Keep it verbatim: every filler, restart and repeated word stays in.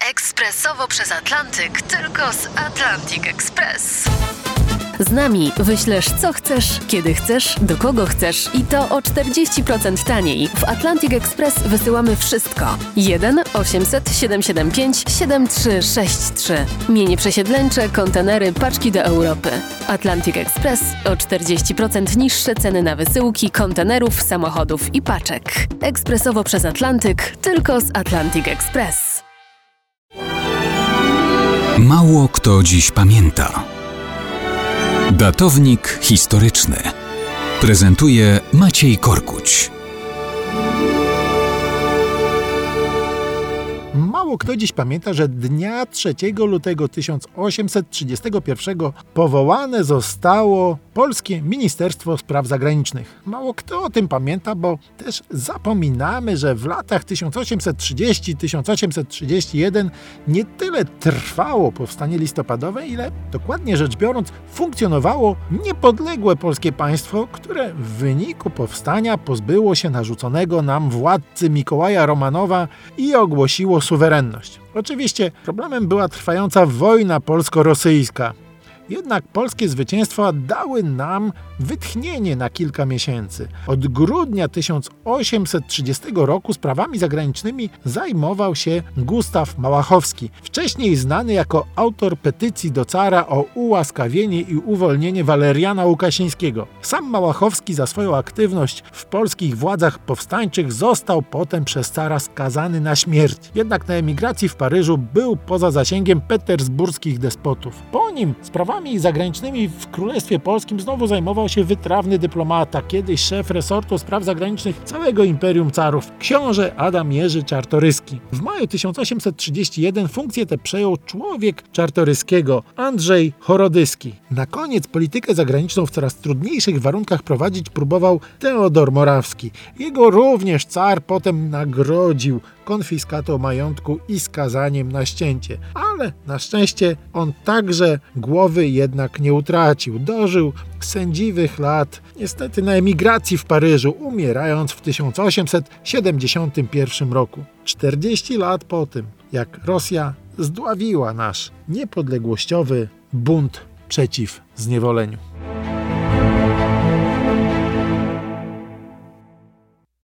Ekspresowo przez Atlantyk, tylko z Atlantic Express. Z nami wyślesz co chcesz, kiedy chcesz, do kogo chcesz i to o czterdzieści procent taniej. W Atlantic Express wysyłamy wszystko. jeden osiemset siedemset siedemdziesiąt pięć siedemdziesiąt trzy sześćdziesiąt trzy. Mienie przesiedleńcze, kontenery, paczki do Europy. Atlantic Express o czterdzieści procent niższe ceny na wysyłki, kontenerów, samochodów i paczek. Ekspresowo przez Atlantyk, tylko z Atlantic Express. Mało kto dziś pamięta. Datownik historyczny prezentuje Maciej Korkuć. Mało kto dziś pamięta, że dnia trzeciego lutego tysiąc osiemset trzydziestego pierwszego powołane zostało Polskie Ministerstwo Spraw Zagranicznych. Mało kto o tym pamięta, bo też zapominamy, że w latach tysiąc osiemset trzydziestym do tysiąc osiemset trzydziestego pierwszego nie tyle trwało powstanie listopadowe, ile dokładnie rzecz biorąc funkcjonowało niepodległe polskie państwo, które w wyniku powstania pozbyło się narzuconego nam władcy Mikołaja Romanowa i ogłosiło suwerenność. Oczywiście problemem była trwająca wojna polsko-rosyjska. Jednak polskie zwycięstwa dały nam wytchnienie na kilka miesięcy. Od grudnia tysiąc osiemset trzydziestego roku sprawami zagranicznymi zajmował się Gustaw Małachowski, wcześniej znany jako autor petycji do cara o ułaskawienie i uwolnienie Waleriana Łukasińskiego. Sam Małachowski za swoją aktywność w polskich władzach powstańczych został potem przez cara skazany na śmierć. Jednak na emigracji w Paryżu był poza zasięgiem petersburskich despotów. Po nim sprawami zagranicznymi w Królestwie Polskim znowu zajmował się wytrawny dyplomata, kiedyś szef resortu spraw zagranicznych całego Imperium Carów, książę Adam Jerzy Czartoryski. W maju tysiąc osiemset trzydziestego pierwszego funkcję tę przejął człowiek Czartoryskiego, Andrzej Chorodyski. Na koniec politykę zagraniczną w coraz trudniejszych warunkach prowadzić próbował Teodor Morawski. Jego również car potem nagrodził konfiskatą majątku i skazaniem na ścięcie. Ale na szczęście on także głowy jednak nie utracił. Dożył sędziwych lat, niestety na emigracji w Paryżu, umierając w tysiąc osiemset siedemdziesiątym pierwszym roku. czterdzieści lat po tym, jak Rosja zdławiła nasz niepodległościowy bunt przeciw zniewoleniu.